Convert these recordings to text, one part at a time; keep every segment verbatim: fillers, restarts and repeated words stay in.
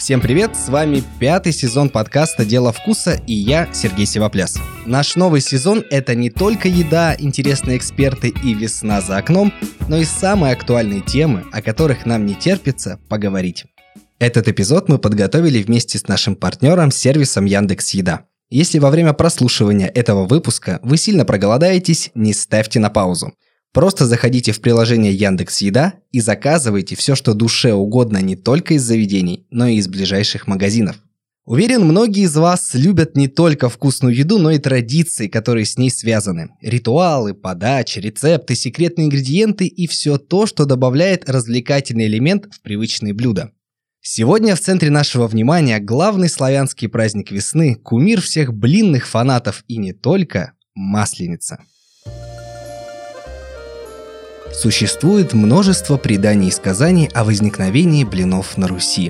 Всем привет, с вами пятый сезон подкаста «Дело вкуса» и я, Сергей Сивопляс. Наш новый сезон – это не только еда, интересные эксперты и весна за окном, но и самые актуальные темы, о которых нам не терпится поговорить. Этот эпизод мы подготовили вместе с нашим партнером, сервисом Яндекс.Еда. Если во время прослушивания этого выпуска вы сильно проголодаетесь, не ставьте на паузу. Просто заходите в приложение Яндекс.Еда и заказывайте все, что душе угодно не только из заведений, но и из ближайших магазинов. Уверен, многие из вас любят не только вкусную еду, но и традиции, которые с ней связаны. Ритуалы, подачи, рецепты, секретные ингредиенты и все то, что добавляет развлекательный элемент в привычные блюда. Сегодня в центре нашего внимания главный славянский праздник весны, кумир всех блинных фанатов и не только – Масленица. Существует множество преданий и сказаний о возникновении блинов на Руси.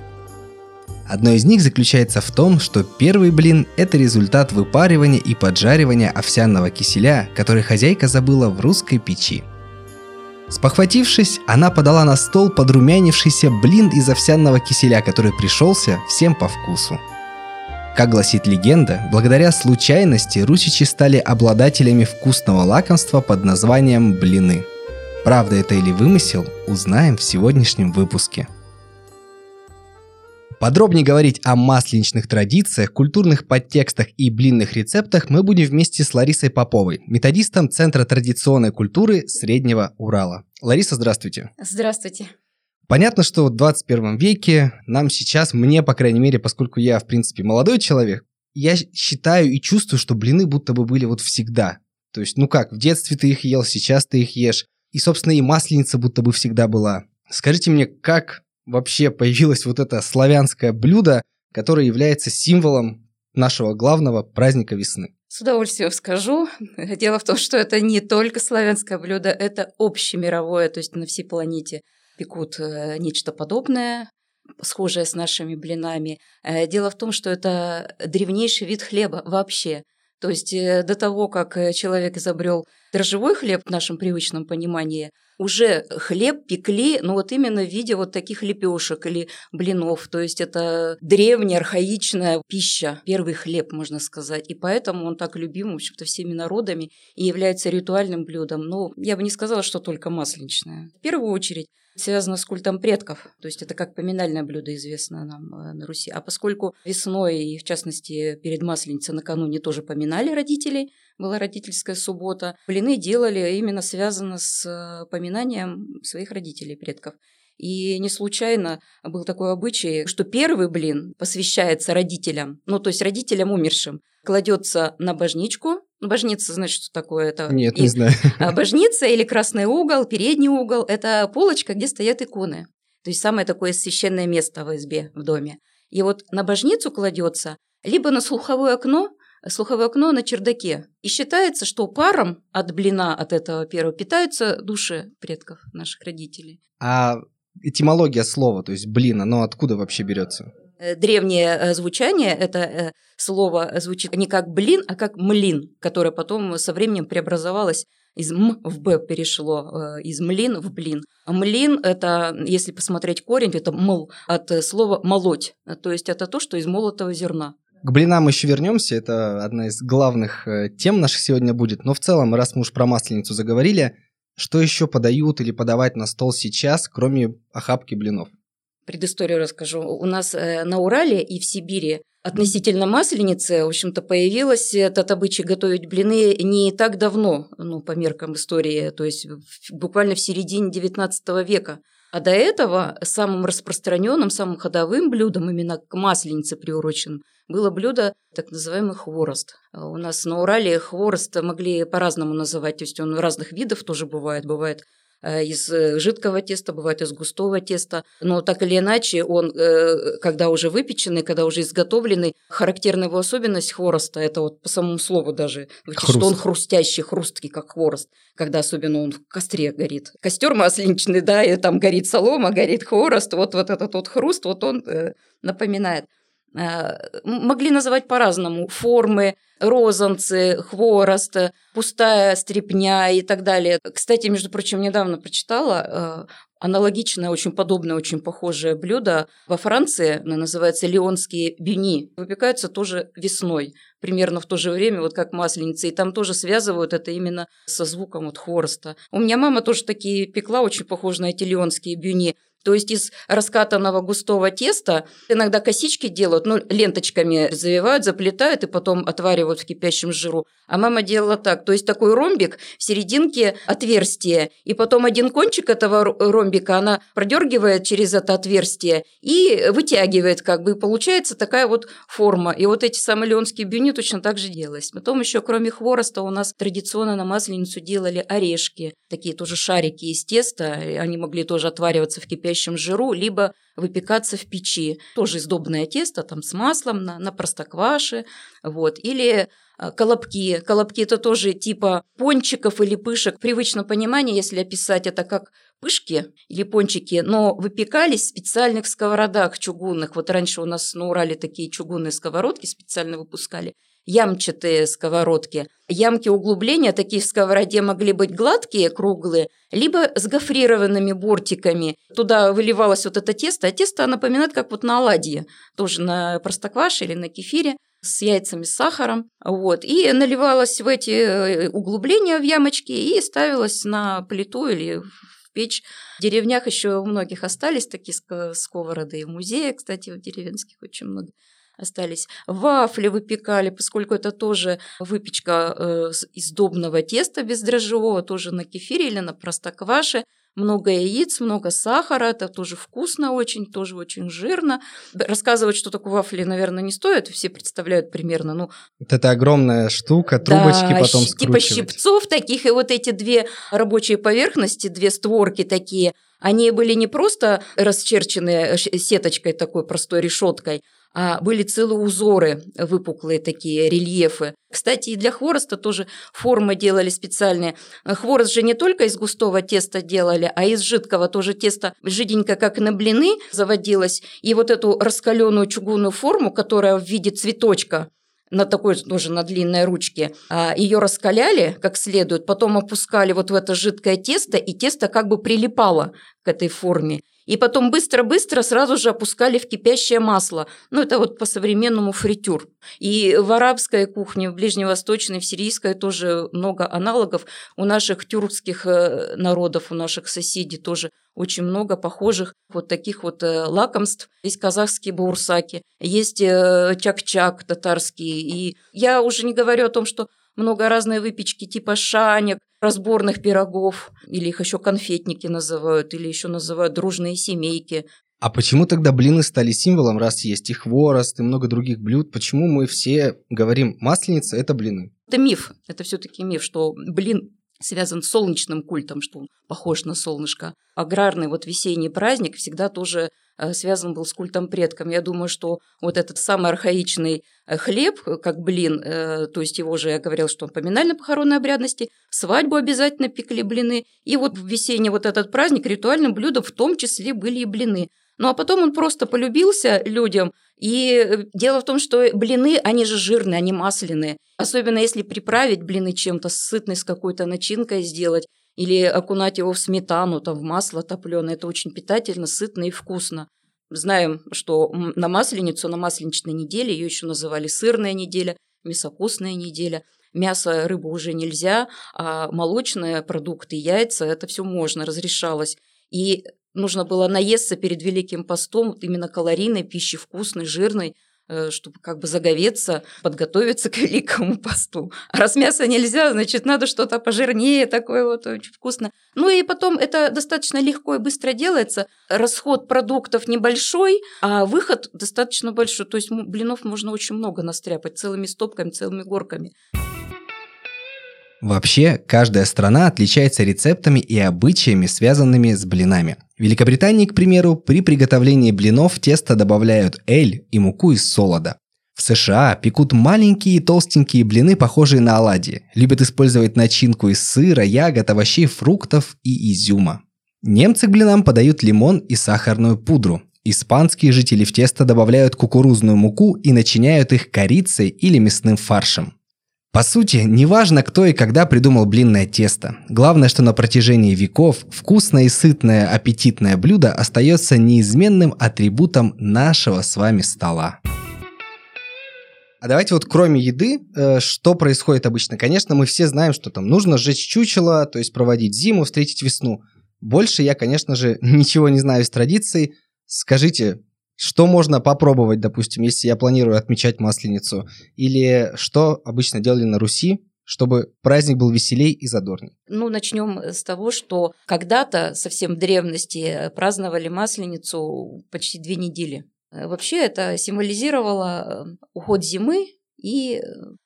Одно из них заключается в том, что первый блин – это результат выпаривания и поджаривания овсяного киселя, который хозяйка забыла в русской печи. Спохватившись, она подала на стол подрумянившийся блин из овсяного киселя, который пришелся всем по вкусу. Как гласит легенда, благодаря случайности русичи стали обладателями вкусного лакомства под названием блины. Правда это или вымысел, узнаем в сегодняшнем выпуске. Подробнее говорить о масленичных традициях, культурных подтекстах и блинных рецептах мы будем вместе с Ларисой Поповой, методистом Центра традиционной культуры Среднего Урала. Лариса, здравствуйте. Здравствуйте. Понятно, что в двадцать первом веке нам сейчас, мне, по крайней мере, поскольку я, в принципе, молодой человек, я считаю и чувствую, что блины будто бы были вот всегда. То есть, ну как, в детстве ты их ел, сейчас ты их ешь. И, собственно, и масленица будто бы всегда была. Скажите мне, как вообще появилось вот это славянское блюдо, которое является символом нашего главного праздника весны? С удовольствием скажу. Дело в том, что это не только славянское блюдо, это общемировое, то есть на всей планете пекут нечто подобное, схожее с нашими блинами. Дело в том, что это древнейший вид хлеба вообще. То есть до того, как человек изобрел дрожжевой хлеб в нашем привычном понимании, уже хлеб пекли, ну вот именно в виде вот таких лепешек или блинов. То есть это древняя, архаичная пища, первый хлеб, можно сказать. И поэтому он так любим, в общем-то, всеми народами и является ритуальным блюдом. Но я бы не сказала, что только масленичное. В первую очередь связано с культом предков, то есть это как поминальное блюдо, известно нам на Руси. А поскольку весной, и в частности перед Масленицей накануне тоже поминали родителей, была родительская суббота, блины делали именно связано с поминанием своих родителей, предков. И не случайно был такой обычай, что первый блин посвящается родителям, ну то есть родителям умершим, кладется на божничку. Божница, значит, что такое? Это Нет, и... не знаю. Божница или красный угол, передний угол – это полочка, где стоят иконы. То есть самое такое священное место в избе, в доме. И вот на божницу кладется либо на слуховое окно, слуховое окно на чердаке. И считается, что паром от блина, от этого первого, питаются души предков наших родителей. А этимология слова, то есть блин, оно откуда вообще берется? Древнее звучание, это слово звучит не как блин, а как млин, которое потом со временем преобразовалось, из м в б перешло, из млин в блин. А млин – это, если посмотреть корень, это мл, от слова молоть, то есть это то, что из молотого зерна. К блинам еще вернемся, это одна из главных тем наших сегодня будет, но в целом, раз мы уж про масленицу заговорили, что еще подают или подавать на стол сейчас, кроме охапки блинов? Предысторию расскажу. У нас на Урале и в Сибири относительно Масленицы, в общем-то, появилась этот обычай готовить блины не так давно, ну, по меркам истории, то есть буквально в середине девятнадцатого века. А до этого самым распространенным, самым ходовым блюдом, именно к Масленице приуроченным, было блюдо так называемый хворост. У нас на Урале хворост могли по-разному называть, то есть он разных видов тоже бывает, бывает из жидкого теста, бывает из густого теста, но так или иначе он, когда уже выпеченный, когда уже изготовленный, характерная его особенность хвороста, это вот по самому слову даже, что он хрустящий, хрусткий, как хворост, когда особенно он в костре горит. Костер масленичный, да, и там горит солома, горит хворост, вот, вот этот вот хруст, вот он напоминает. Могли называть по-разному формы, розанцы, хворост, пустая стрепня и так далее. Кстати, между прочим, недавно прочитала, Аналогичное, очень подобное, очень похожее блюдо во Франции, оно называется лионские бюни, выпекаются тоже весной, примерно в то же время, вот как масленица, и там тоже связывают это именно со звуком вот хвороста. У меня мама тоже такие пекла, очень похожи на эти лионские бюни. То есть из раскатанного густого теста иногда косички делают, ну, ленточками завивают, заплетают и потом отваривают в кипящем жиру. А мама делала так, то есть такой ромбик, в серединке отверстие, и потом один кончик этого ромбика она продергивает через это отверстие и вытягивает как бы, и получается такая вот форма. И вот эти самые лионские бюни точно так же делались. Потом еще, кроме хвороста, у нас традиционно на Масленицу делали орешки, такие тоже шарики из теста, они могли тоже отвариваться в кипящем жиру, либо выпекаться в печи. Тоже сдобное тесто там с маслом на, на простокваше, вот, или колобки. Колобки – это тоже типа пончиков или пышек. В привычном понимании, если описать это как пышки или пончики, но выпекались в специальных сковородах чугунных. Вот раньше у нас на Урале такие чугунные сковородки специально выпускали. Ямчатые сковородки. Ямки углубления такие в сковороде могли быть гладкие, круглые, либо с гофрированными бортиками. Туда выливалось вот это тесто, а тесто напоминает как вот на оладьи, тоже на простокваше или на кефире с яйцами, с сахаром. Вот. И наливалось в эти углубления в ямочки и ставилось на плиту или в печь. В деревнях еще у многих остались такие сковороды, и в музее, кстати, в деревенских очень много остались. Вафли выпекали, поскольку это тоже выпечка э, из сдобного теста бездрожжевого, тоже на кефире или на простокваше. Много яиц, много сахара, это тоже вкусно очень, тоже очень жирно. Рассказывать, что такое вафли, наверное, не стоит, все представляют примерно. Ну, вот это огромная штука, трубочки да, потом типа скручивать. щипцов таких, и вот эти две рабочие поверхности, две створки такие, они были не просто расчерчены сеточкой такой простой решеткой, а были целые узоры, выпуклые такие рельефы. Кстати, и для хвороста тоже формы делали специальные. Хворост же не только из густого теста делали, а из жидкого тоже тесто жиденько, как на блины, заводилось. И вот эту раскаленную чугунную форму, которая в виде цветочка, на такой тоже на длинной ручке, ее раскаляли как следует, потом опускали вот в это жидкое тесто, и тесто как бы прилипало к этой форме. И потом быстро-быстро сразу же опускали в кипящее масло. Ну, это вот по-современному фритюр. И в арабской кухне, в ближневосточной, в сирийской тоже много аналогов. У наших тюркских народов, у наших соседей тоже очень много похожих вот таких вот лакомств. Есть казахские баурсаки, есть чак-чак татарский. И я уже не говорю о том, что много разной выпечки типа шанек, разборных пирогов, или их еще конфетники называют, или еще называют дружные семейки. А почему тогда блины стали символом, раз есть и хворост, и много других блюд? Почему мы все говорим, масленица – это блины? Это миф, это все-таки миф, что блин связан с солнечным культом, что он похож на солнышко. Аграрный вот весенний праздник всегда тоже связан был с культом предков. Я думаю, что вот этот самый архаичный хлеб, как блин, то есть его же, я говорила, что он поминально-похоронной обрядности, в свадьбу обязательно пекли блины, и вот в весенний вот этот праздник ритуальным блюдом в том числе были и блины. Ну а потом он просто полюбился людям, и дело в том, что блины, они же жирные, они масляные, особенно если приправить блины чем-то, сытной с какой-то начинкой сделать, или окунать его в сметану, там, в масло топленое. Это очень питательно, сытно и вкусно. Знаем, что на Масленицу, на масленичной неделе, ее еще называли сырная неделя, мясокосная неделя. Мясо, рыбу уже нельзя, а молочные продукты, яйца, это все можно, разрешалось. И нужно было наесться перед Великим постом вот именно калорийной пищи, вкусной, жирной, чтобы как бы заговеться, подготовиться к Великому посту. А раз мясо нельзя, значит, надо что-то пожирнее, такое вот очень вкусно. Ну и потом это достаточно легко и быстро делается. Расход продуктов небольшой, а выход достаточно большой. То есть блинов можно очень много настряпать целыми стопками, целыми горками. Вообще, каждая страна отличается рецептами и обычаями, связанными с блинами. В Великобритании, к примеру, при приготовлении блинов в тесто добавляют эль и муку из солода. В США пекут маленькие толстенькие блины, похожие на оладьи. Любят использовать начинку из сыра, ягод, овощей, фруктов и изюма. Немцы к блинам подают лимон и сахарную пудру. Испанские жители в тесто добавляют кукурузную муку и начиняют их корицей или мясным фаршем. По сути, неважно, кто и когда придумал блинное тесто. Главное, что на протяжении веков вкусное и сытное аппетитное блюдо остается неизменным атрибутом нашего с вами стола. А давайте вот кроме еды, э, что происходит обычно? Конечно, мы все знаем, что там нужно сжечь чучело, то есть проводить зиму, встретить весну. Больше я, конечно же, ничего не знаю из традиций. Скажите, что можно попробовать, допустим, если я планирую отмечать Масленицу? Или что обычно делали на Руси, чтобы праздник был веселей и задорней? Ну, начнем с того, что когда-то, совсем в древности, праздновали Масленицу почти две недели. Вообще это символизировало уход зимы и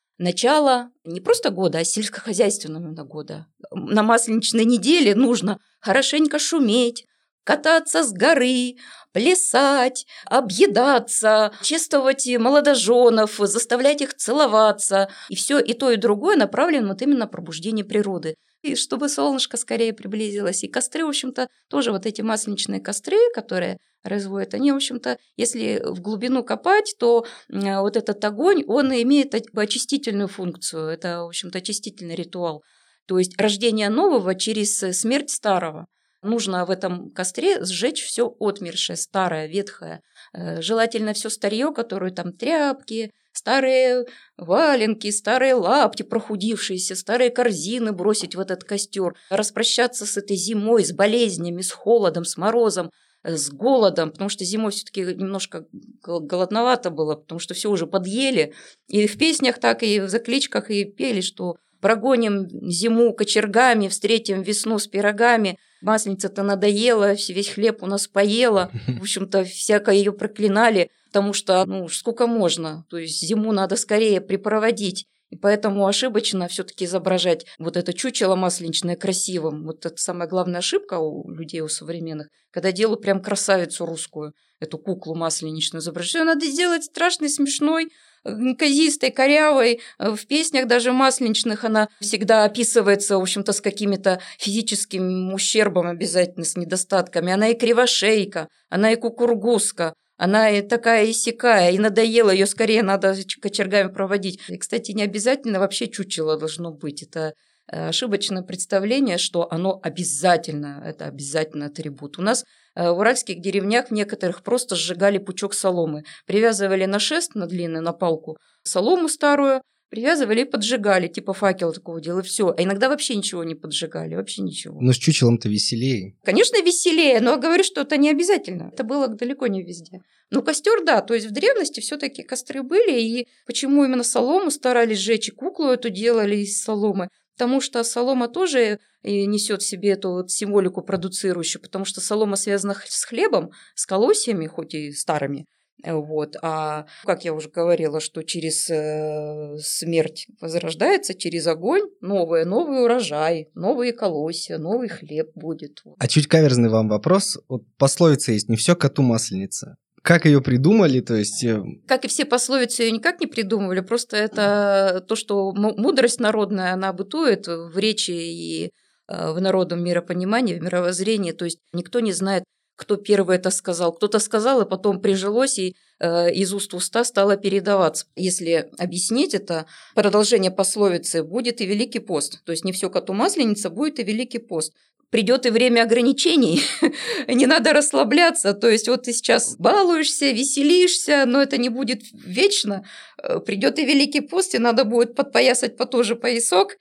начало не просто года, а сельскохозяйственного года. На Масленичной неделе нужно хорошенько шуметь, кататься с горы, плясать, объедаться, чествовать молодоженов, заставлять их целоваться. И все и то, и другое направлено вот именно на пробуждение природы. И чтобы солнышко скорее приблизилось. И костры, в общем-то, тоже вот эти масленичные костры, которые разводят, они, в общем-то, если в глубину копать, то вот этот огонь, он имеет очистительную функцию. Это, в общем-то, очистительный ритуал. То есть рождение нового через смерть старого. Нужно в этом костре сжечь все отмершее, старое, ветхое. Желательно все старье, которое там тряпки, старые валенки, старые лапти прохудившиеся, старые корзины бросить в этот костер, распрощаться с этой зимой, с болезнями, с холодом, с морозом, с голодом, потому что зимой все-таки немножко голодновато было, потому что все уже подъели. И в песнях так, и в закличках и пели, что прогоним зиму кочергами, встретим весну с пирогами. Масленица-то надоела, весь хлеб у нас поела. В общем-то, всякое ее проклинали, потому что, ну, сколько можно. То есть зиму надо скорее припроводить. И поэтому ошибочно все-таки изображать вот это чучело масленичное красивым. Вот это самая главная ошибка у людей, у современных, когда делают прям красавицу русскую, эту куклу масленичную изображать. Ее надо сделать страшной, смешной, неказистой, корявой. В песнях даже масленичных она всегда описывается, в общем-то, с какими-то физическим ущербом обязательно, с недостатками. Она и кривошейка, она и кукургузка. Она и такая, и сякая, и надоела, ее скорее надо кочергами проводить. И, кстати, не обязательно вообще чучело должно быть. Это ошибочное представление, что оно обязательно, это обязательно атрибут. У нас в уральских деревнях некоторых просто сжигали пучок соломы. Привязывали на шест, на длинный, на палку, солому старую, привязывали и поджигали, типа факел такого дела, и все. А иногда вообще ничего не поджигали, вообще ничего. Но с чучелом-то веселее. Конечно, веселее, но говорю, что это не обязательно. Это было далеко не везде. Но костер, да, то есть в древности все-таки костры были, и почему именно солому старались сжечь, и куклу эту делали из соломы? Потому что солома тоже несет в себе эту вот символику продуцирующую, потому что солома связана с хлебом, с колосьями, хоть и старыми. Вот. А, как я уже говорила, что через э, смерть возрождается, через огонь новое, новый урожай, новые колосья, новый хлеб будет. А чуть каверзный вам вопрос. Вот пословица есть «не все коту масленица». Как ее придумали, то есть... Как и все пословицы, ее никак не придумывали, просто это то, что мудрость народная, она бытует в речи и в народном миропонимании, в мировоззрении, то есть никто не знает, кто первый это сказал. Кто-то сказал, и потом прижилось, и э, из уст в уста стало передаваться. Если объяснить это, продолжение пословицы будет и Великий пост. То есть не все коту масленица, будет и Великий пост. Придет и время ограничений, не надо расслабляться. То есть вот ты сейчас балуешься, веселишься, но это не будет вечно. Придет и Великий пост, и надо будет подпоясать потуже поясок,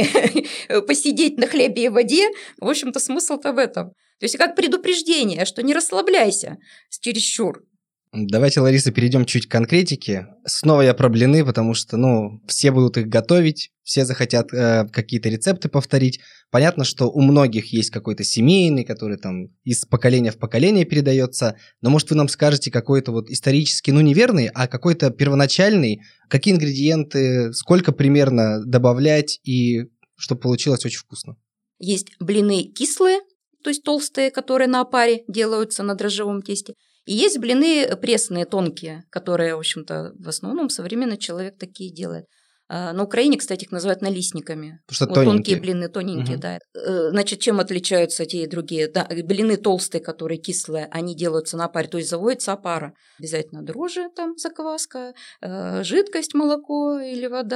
посидеть на хлебе и воде. В общем-то, смысл-то в этом. То есть как предупреждение, что не расслабляйся чересчур. Давайте, Лариса, перейдем чуть к конкретике. Снова я про блины, потому что, ну, все будут их готовить, все захотят э, какие-то рецепты повторить. Понятно, что у многих есть какой-то семейный, который там из поколения в поколение передается. Но, может, вы нам скажете какой-то вот исторически, ну, неверный, а какой-то первоначальный, какие ингредиенты, сколько примерно добавлять, и чтобы получилось очень вкусно. Есть блины кислые, то есть толстые, которые на опаре делаются на дрожжевом тесте. И есть блины пресные, тонкие, которые, в общем-то, в основном современный человек такие делает. На Украине, кстати, их называют налистниками. Что вот тоненькие. Тонкие блины, тоненькие, угу. Да. Значит, чем отличаются те и другие? Да, блины толстые, которые кислые, они делаются на опаре, то есть заводится опара. Обязательно дрожжи, там закваска, жидкость, молоко или вода,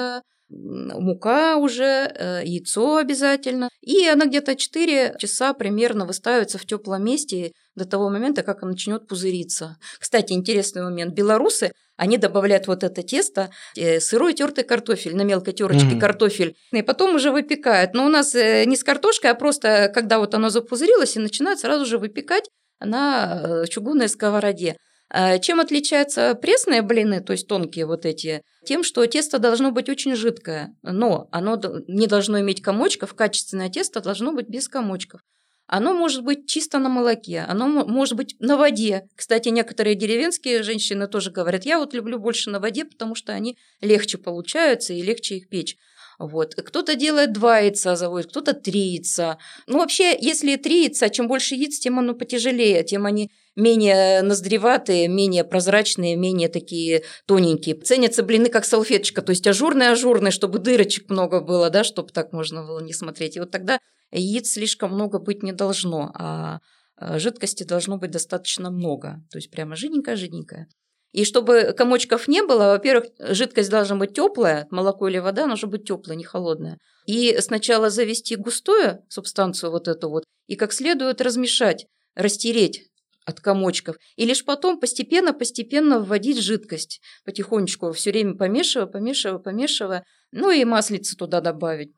мука уже, яйцо обязательно. И она где-то четыре часа примерно выставится в теплом месте до того момента, как она начнет пузыриться. Кстати, интересный момент. Белорусы, они добавляют вот это тесто, сырой тертый картофель, на мелкой терочке mm-hmm. картофель, и потом уже выпекают. Но у нас не с картошкой, а просто когда вот оно запузырилось, и начинают сразу же выпекать на чугунной сковороде. Чем отличаются пресные блины, то есть тонкие вот эти? Тем, что тесто должно быть очень жидкое, но оно не должно иметь комочков, качественное тесто должно быть без комочков. Оно может быть чисто на молоке, оно может быть на воде. Кстати, некоторые деревенские женщины тоже говорят, я вот люблю больше на воде, потому что они легче получаются и легче их печь. Вот. Кто-то делает два яйца, заводит, кто-то три яйца. Ну, вообще, если три яйца, чем больше яиц, тем оно потяжелее, тем они менее ноздреватые, менее прозрачные, менее такие тоненькие. Ценятся блины как салфеточка, то есть ажурные-ажурные, чтобы дырочек много было, да, чтобы так можно было не смотреть. И вот тогда яиц слишком много быть не должно, а жидкости должно быть достаточно много, то есть прямо жиденькая-жиденькая. И чтобы комочков не было, во-первых, жидкость должна быть теплая, молоко или вода должна быть теплая, не холодная. И сначала завести густую субстанцию вот эту вот и как следует размешать, растереть от комочков. И лишь потом постепенно-постепенно вводить жидкость, потихонечку, все время помешивая, помешивая, помешивая, ну и маслица туда добавить.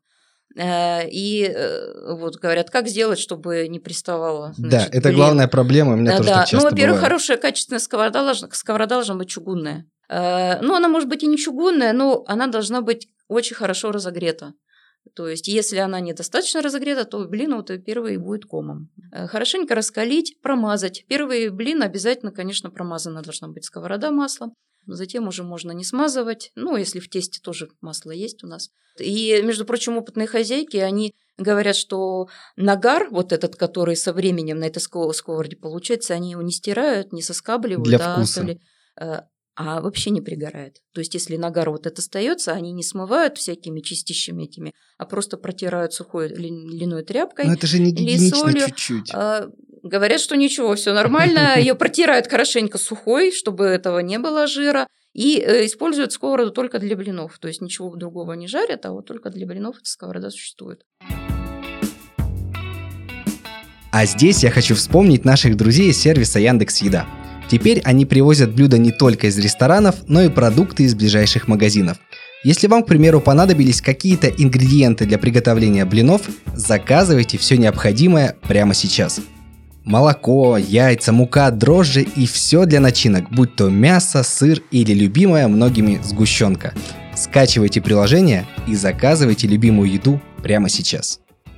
И вот говорят, как сделать, чтобы не приставало. Значит, да, это блин. Главная проблема, у меня да, тоже так часто Ну, во-первых, бывает. Хорошая качественная сковорода должна, сковорода должна быть чугунная. Ну, она может быть и не чугунная, но она должна быть очень хорошо разогрета. То есть, если она недостаточно разогрета, то блин вот первый будет комом. Хорошенько раскалить, промазать. Первый блин обязательно, конечно, промазана должна быть сковорода маслом. Затем уже можно не смазывать, ну, если в тесте тоже масло есть у нас. И, между прочим, опытные хозяйки, они говорят, что нагар, вот этот, который со временем на этой сковороде получается, они его не стирают, не соскабливают. Для а вкуса. Оставили, а вообще не пригорает. То есть, если нагар вот это остается, они не смывают всякими частищами этими, а просто протирают сухой льняной тряпкой. Но это же не гигиенично солью. чуть-чуть. Говорят, что ничего, все нормально. Ее протирают хорошенько сухой, чтобы этого не было жира. И используют сковороду только для блинов. То есть ничего другого не жарят, а вот только для блинов эта сковорода существует. А здесь я хочу вспомнить наших друзей из сервиса Яндекс.Еда. Теперь они привозят блюда не только из ресторанов, но и продукты из ближайших магазинов. Если вам, к примеру, понадобились какие-то ингредиенты для приготовления блинов, заказывайте все необходимое прямо сейчас. Молоко, яйца, мука, дрожжи и все для начинок, будь то мясо, сыр или любимая многими сгущенка. Скачивайте приложение и заказывайте любимую еду прямо сейчас.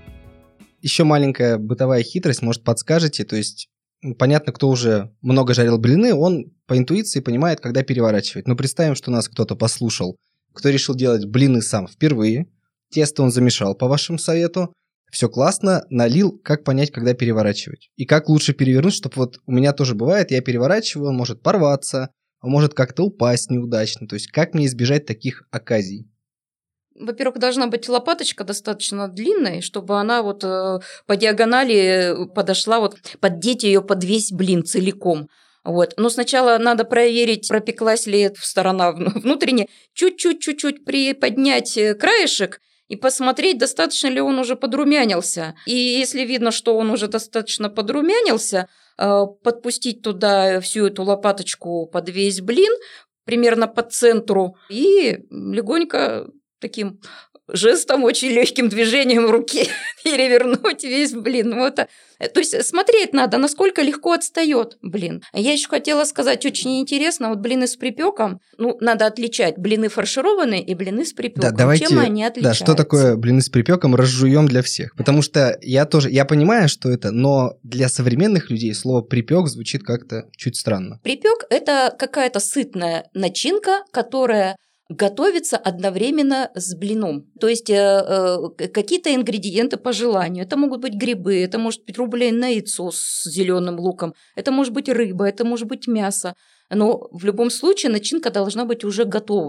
Еще маленькая бытовая хитрость, может, подскажете, то есть понятно, кто уже много жарил блины, он по интуиции понимает, когда переворачивать. Но представим, что нас кто-то послушал, кто решил делать блины сам впервые, тесто он замешал по вашему совету, все классно, налил, как понять, когда переворачивать. И как лучше перевернуть, чтобы вот у меня тоже бывает, я переворачиваю, он может порваться, он может как-то упасть неудачно. То есть как мне избежать таких оказий? Во-первых, должна быть лопаточка достаточно длинной, чтобы она вот э, по диагонали подошла, вот поддеть ее под весь блин целиком. Вот. Но сначала надо проверить, пропеклась ли сторона внутренняя, чуть-чуть-чуть приподнять краешек, и посмотреть, достаточно ли он уже подрумянился. И если видно, что он уже достаточно подрумянился, подпустить туда всю эту лопаточку под весь блин, примерно по центру, и легонько таким жестом, очень легким движением руки перевернуть весь блин. Вот. То есть смотреть надо, насколько легко отстает блин. Я еще хотела сказать, очень интересно, вот блины с припеком, ну, надо отличать блины фаршированные и блины с припеком. Да, давайте, чем они отличаются? Да, что такое блины с припеком, разжуем для всех. Потому что я тоже, я понимаю, что это, но для современных людей слово припек звучит как-то чуть странно. Припек – это какая-то сытная начинка, которая готовится одновременно с блином. То есть э, э, какие-то ингредиенты по желанию. Это могут быть грибы, это может быть рубленое яйцо с зеленым луком, это может быть рыба, это может быть мясо. Но в любом случае начинка должна быть уже готовой.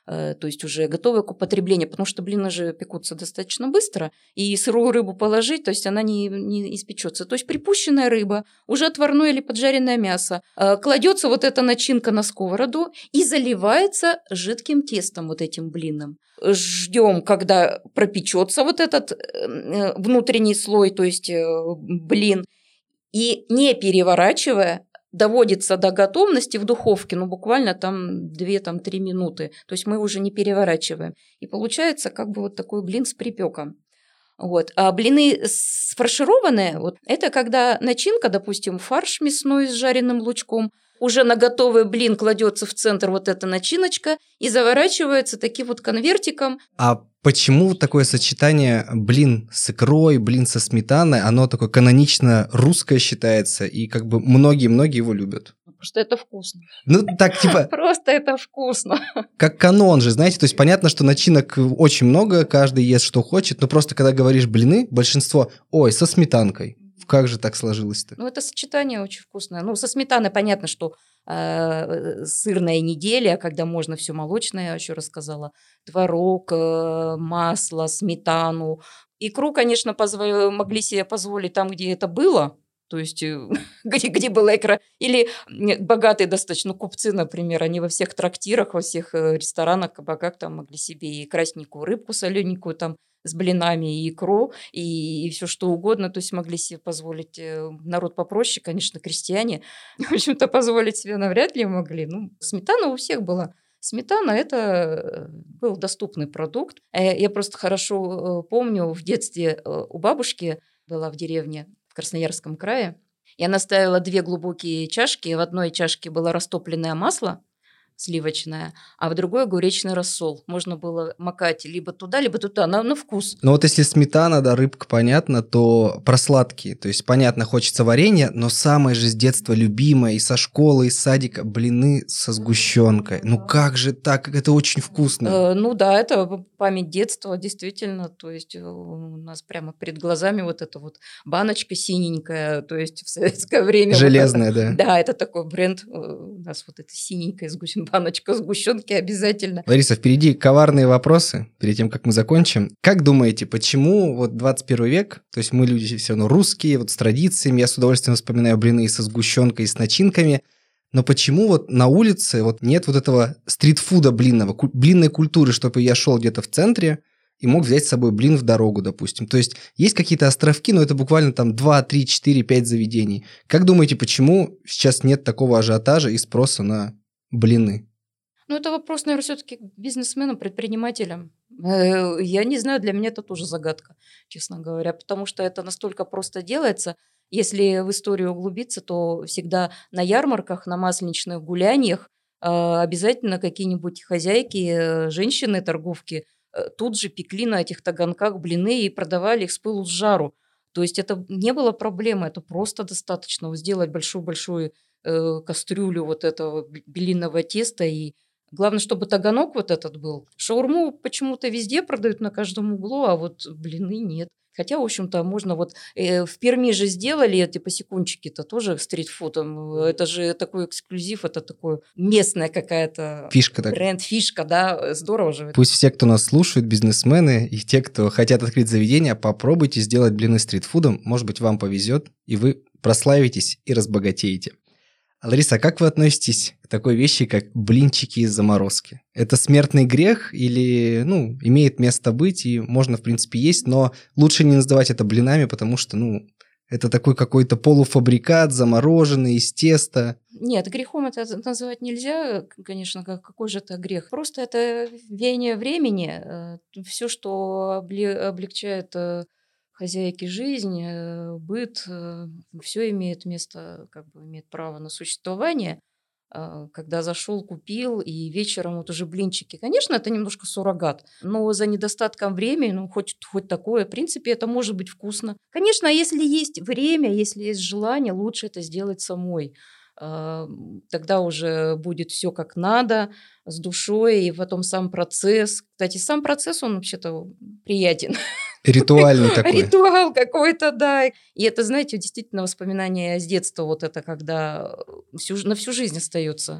то есть уже готовые к употреблению, потому что блины же пекутся достаточно быстро, и сырую рыбу положить, то есть она не, не испечется. То есть припущенная рыба, уже отварное или поджаренное мясо, кладется вот эта начинка на сковороду и заливается жидким тестом вот этим блинным. Ждем, когда пропечется вот этот внутренний слой, то есть блин, и не переворачивая, доводится до готовности в духовке, ну, буквально там две-три минуты. То есть мы уже не переворачиваем. И получается как бы вот такой блин с припеком. Вот. А блины сфаршированные, вот, это когда начинка, допустим, фарш мясной с жареным лучком, уже на готовый блин кладется в центр вот эта начиночка и заворачивается таким вот конвертиком. А почему такое сочетание блин с икрой, блин со сметаной, оно такое канонично русское считается, и как бы многие-многие его любят? Потому что это вкусно. Ну, так типа... Просто это вкусно. Как канон же, знаете, то есть понятно, что начинок очень много, каждый ест, что хочет, но просто когда говоришь блины, большинство, ой, со сметанкой. Как же так сложилось-то? Ну, это сочетание очень вкусное. Ну, со сметаной понятно, что э, сырная неделя, когда можно все молочное, я еще рассказала, творог, э, масло, сметану. Икру, конечно, позво- могли себе позволить там, где это было, то есть где, где была икра. Или богатые достаточно купцы, например, они во всех трактирах, во всех ресторанах, кабаках там могли себе и красненькую рыбку солененькую там с блинами, и икру, и, и все что угодно, то есть могли себе позволить. Народ попроще, конечно, крестьяне, в общем-то, позволить себе навряд ли могли. Ну, сметана у всех была. Сметана – это был доступный продукт. Я просто хорошо помню, в детстве у бабушки была в деревне в Красноярском крае, и она ставила две глубокие чашки, в одной чашке было растопленное масло, сливочное, а в другой огуречный рассол. Можно было макать либо туда, либо туда, на, на вкус. Но вот если сметана, да, рыбка, понятно, то про сладкие. То есть, понятно, хочется варенья, но самое же с детства любимое, и со школы, и с садика, блины со сгущенкой. Ну как же так? Это очень вкусно. Э, ну да, это память детства, действительно. То есть у нас прямо перед глазами вот эта вот баночка синенькая, то есть в советское время. Железная, вот это, да. Да, это такой бренд. У нас вот эта синенькая сгущенка. Баночка сгущенки обязательно. Лариса, впереди коварные вопросы, перед тем, как мы закончим. Как думаете, почему вот двадцать первый век, то есть мы люди все равно русские, вот с традициями, я с удовольствием вспоминаю блины со сгущенкой и с начинками, но почему вот на улице вот нет вот этого стритфуда блинного, ку- блинной культуры, чтобы я шел где-то в центре и мог взять с собой блин в дорогу, допустим. То есть есть какие-то островки, но это буквально там два, три, четыре, пять заведений. Как думаете, почему сейчас нет такого ажиотажа и спроса на блины? Ну, это вопрос, наверное, все-таки к бизнесменам, предпринимателям. Э, Я не знаю, для меня это тоже загадка, честно говоря, потому что это настолько просто делается. Если в историю углубиться, то всегда на ярмарках, на масленичных гуляниях э, обязательно какие-нибудь хозяйки, э, женщины, торговки э, тут же пекли на этих таганках блины и продавали их с пылу с жару. То есть это не было проблемы, это просто достаточно вот сделать большую-большую э, кастрюлю вот этого б- белинного теста, и главное, чтобы таганок вот этот был. Шаурму почему-то везде продают на каждом углу, а вот блины нет. Хотя, в общем-то, можно вот э, в Перми же сделали эти посекунчики-то тоже стритфудом. Это же такой эксклюзив, это такое местная какая-то Фишка такая. бренд, фишка, да, здорово же. Пусть все, кто нас слушают, бизнесмены и те, кто хотят открыть заведение, попробуйте сделать блины стритфудом. Может быть, вам повезет, и вы прославитесь и разбогатеете. Лариса, а как вы относитесь к такой вещи, как блинчики из заморозки? Это смертный грех или, ну, имеет место быть и можно, в принципе, есть, но лучше не называть это блинами, потому что, ну, это такой какой-то полуфабрикат, замороженный из теста. Нет, грехом это называть нельзя, конечно, как, какой же это грех. Просто это веяние времени. Все, что обле- облегчает э, хозяйке жизнь, э, быт, все имеет место, как бы имеет право на существование. Э, Когда зашел, купил, и вечером вот уже блинчики. Конечно, это немножко суррогат, но за недостатком времени, ну, хоть, хоть такое, в принципе, это может быть вкусно. Конечно, если есть время, если есть желание, лучше это сделать самой. Э, Тогда уже будет все как надо, с душой, и потом сам процесс. Кстати, сам процесс, он вообще-то приятен. Ритуальный такой. Ритуал какой-то, да. И это, знаете, действительно воспоминание с детства, вот это, когда всю, на всю жизнь остается.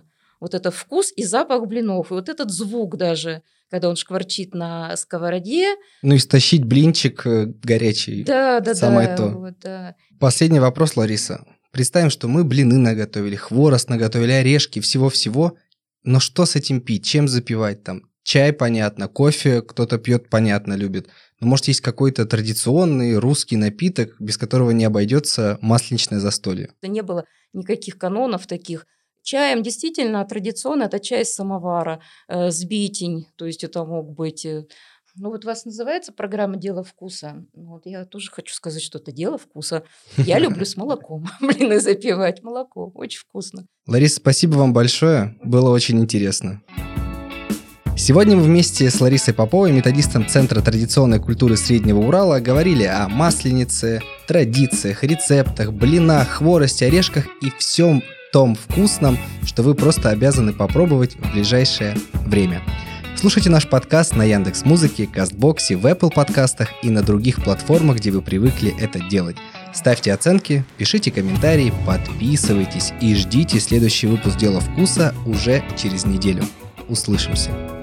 вот этот вкус и запах блинов, и вот этот звук даже, когда он шкварчит на сковороде. Ну и стащить блинчик горячий. Да, да, самое да, то. вот, да. Последний вопрос, Лариса. Представим, что мы блины наготовили, хворост наготовили, орешки, всего-всего. Но что с этим пить? Чем запивать там? Чай, понятно, кофе кто-то пьет, понятно, любит. Но может есть какой-то традиционный русский напиток, без которого не обойдется масленичное застолье? Не было никаких канонов таких. Чаем действительно традиционно это чай из самовара, э, сбитень, то есть это мог быть... Э, ну вот у вас называется программа «Дело вкуса». Вот я тоже хочу сказать, что это дело вкуса. Я люблю с молоком блины запивать. Молоко очень вкусно. Лариса, спасибо вам большое. Было очень интересно. Сегодня мы вместе с Ларисой Поповой, методистом Центра традиционной культуры Среднего Урала, говорили о масленице, традициях, рецептах, блинах, хворосте, орешках и всем том вкусном, что вы просто обязаны попробовать в ближайшее время. Слушайте наш подкаст на Яндекс.Музыке, Кастбоксе, в Apple подкастах и на других платформах, где вы привыкли это делать. Ставьте оценки, пишите комментарии, подписывайтесь и ждите следующий выпуск «Дела вкуса» уже через неделю. Услышимся!